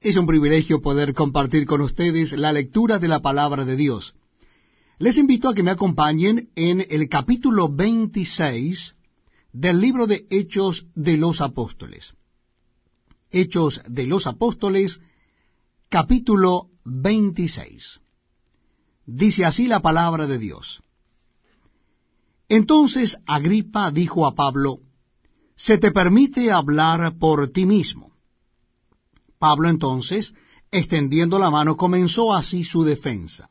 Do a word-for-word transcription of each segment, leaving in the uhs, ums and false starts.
Es un privilegio poder compartir con ustedes la lectura de la palabra de Dios. Les invito a que me acompañen en el capítulo veintiséis del libro de Hechos de los Apóstoles. Hechos de los Apóstoles, capítulo veintiséis. Dice así la palabra de Dios. Entonces Agripa dijo a Pablo: «Se te permite hablar por ti mismo». Pablo entonces, extendiendo la mano, comenzó así su defensa.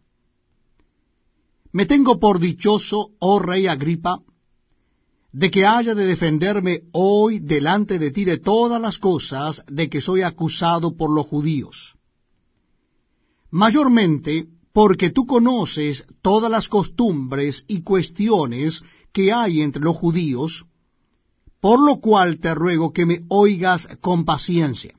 «Me tengo por dichoso, oh rey Agripa, de que haya de defenderme hoy delante de ti de todas las cosas de que soy acusado por los judíos. Mayormente porque tú conoces todas las costumbres y cuestiones que hay entre los judíos, por lo cual te ruego que me oigas con paciencia.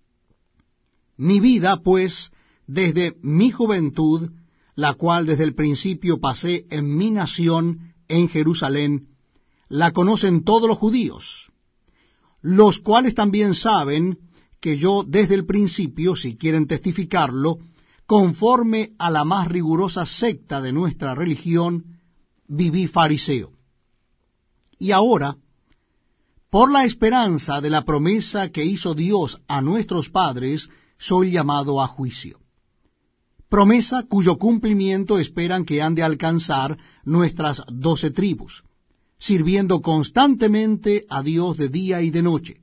Mi vida, pues, desde mi juventud, la cual desde el principio pasé en mi nación, en Jerusalén, la conocen todos los judíos, los cuales también saben que yo desde el principio, si quieren testificarlo, conforme a la más rigurosa secta de nuestra religión, viví fariseo. Y ahora, por la esperanza de la promesa que hizo Dios a nuestros padres, soy llamado a juicio. Promesa cuyo cumplimiento esperan que han de alcanzar nuestras doce tribus, sirviendo constantemente a Dios de día y de noche.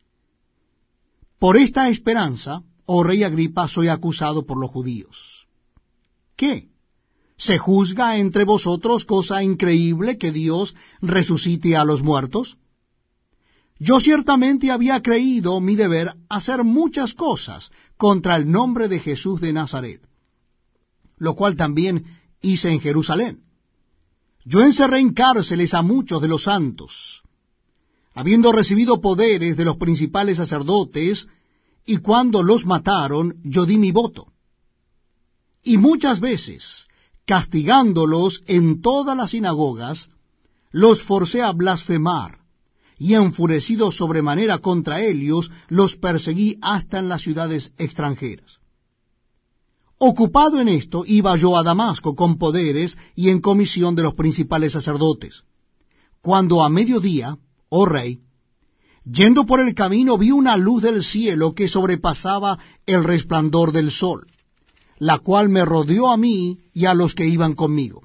Por esta esperanza, oh rey Agripa, soy acusado por los judíos. ¿Qué? ¿Se juzga entre vosotros cosa increíble que Dios resucite a los muertos? Yo ciertamente había creído mi deber hacer muchas cosas contra el nombre de Jesús de Nazaret, lo cual también hice en Jerusalén. Yo encerré en cárceles a muchos de los santos, habiendo recibido poderes de los principales sacerdotes, y cuando los mataron, yo di mi voto. Y muchas veces, castigándolos en todas las sinagogas, los forcé a blasfemar, y enfurecido sobremanera contra ellos, los perseguí hasta en las ciudades extranjeras. Ocupado en esto, iba yo a Damasco con poderes y en comisión de los principales sacerdotes, cuando a mediodía, oh rey, yendo por el camino, vi una luz del cielo que sobrepasaba el resplandor del sol, la cual me rodeó a mí y a los que iban conmigo.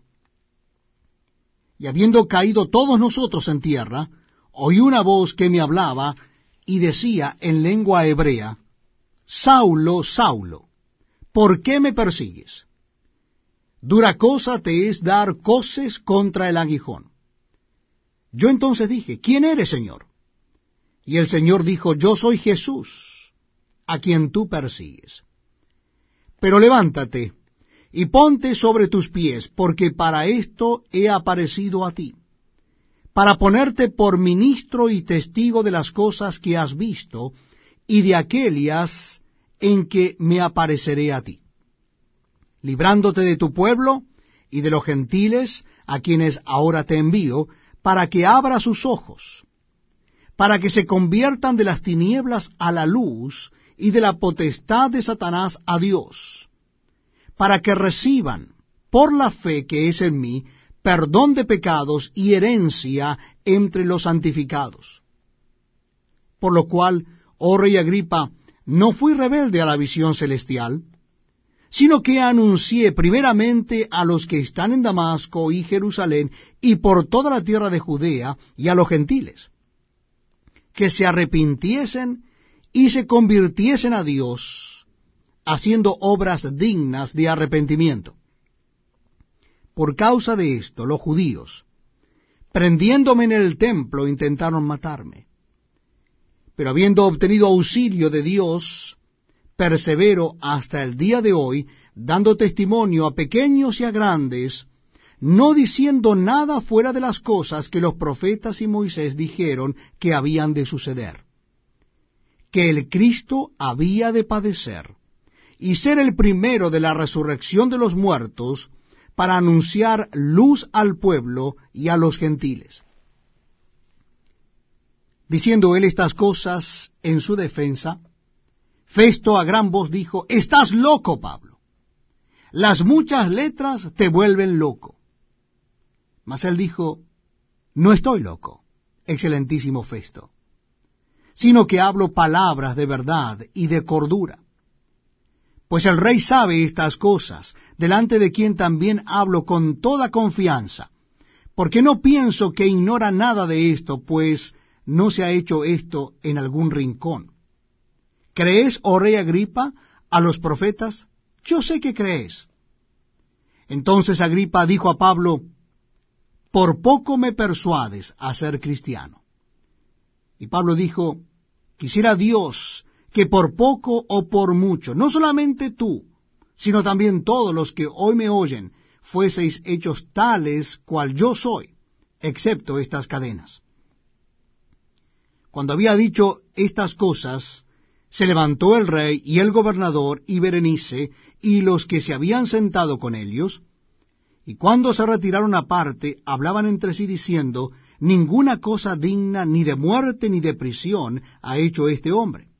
Y habiendo caído todos nosotros en tierra, oí una voz que me hablaba y decía en lengua hebrea: Saulo, Saulo, ¿por qué me persigues? Dura cosa te es dar coces contra el aguijón. Yo entonces dije: ¿Quién eres, Señor? Y el Señor dijo: Yo soy Jesús, a quien tú persigues. Pero levántate y ponte sobre tus pies, porque para esto he aparecido a ti, para ponerte por ministro y testigo de las cosas que has visto, y de aquellas en que me apareceré a ti, librándote de tu pueblo y de los gentiles, a quienes ahora te envío, para que abra sus ojos, para que se conviertan de las tinieblas a la luz, y de la potestad de Satanás a Dios, para que reciban, por la fe que es en mí, perdón de pecados y herencia entre los santificados. Por lo cual, oh rey Agripa, no fui rebelde a la visión celestial, sino que anuncié primeramente a los que están en Damasco y Jerusalén, y por toda la tierra de Judea, y a los gentiles, que se arrepintiesen y se convirtiesen a Dios, haciendo obras dignas de arrepentimiento. Por causa de esto, los judíos, prendiéndome en el templo, intentaron matarme. Pero habiendo obtenido auxilio de Dios, persevero hasta el día de hoy, dando testimonio a pequeños y a grandes, no diciendo nada fuera de las cosas que los profetas y Moisés dijeron que habían de suceder, que el Cristo había de padecer, y ser el primero de la resurrección de los muertos, para anunciar luz al pueblo y a los gentiles. Diciendo él estas cosas en su defensa, Festo a gran voz dijo: «Estás loco, Pablo. Las muchas letras te vuelven loco». Mas él dijo: «No estoy loco, excelentísimo Festo, sino que hablo palabras de verdad y de cordura. Pues el rey sabe estas cosas, delante de quien también hablo con toda confianza, porque no pienso que ignora nada de esto, pues no se ha hecho esto en algún rincón. ¿Crees, oh rey Agripa, a los profetas? Yo sé que crees». Entonces Agripa dijo a Pablo: «Por poco me persuades a ser cristiano». Y Pablo dijo: «Quisiera Dios que por poco o por mucho, no solamente tú, sino también todos los que hoy me oyen, fueseis hechos tales cual yo soy, excepto estas cadenas». Cuando había dicho estas cosas, se levantó el rey y el gobernador y Berenice y los que se habían sentado con ellos, y cuando se retiraron aparte, hablaban entre sí diciendo: «Ninguna cosa digna ni de muerte ni de prisión ha hecho este hombre».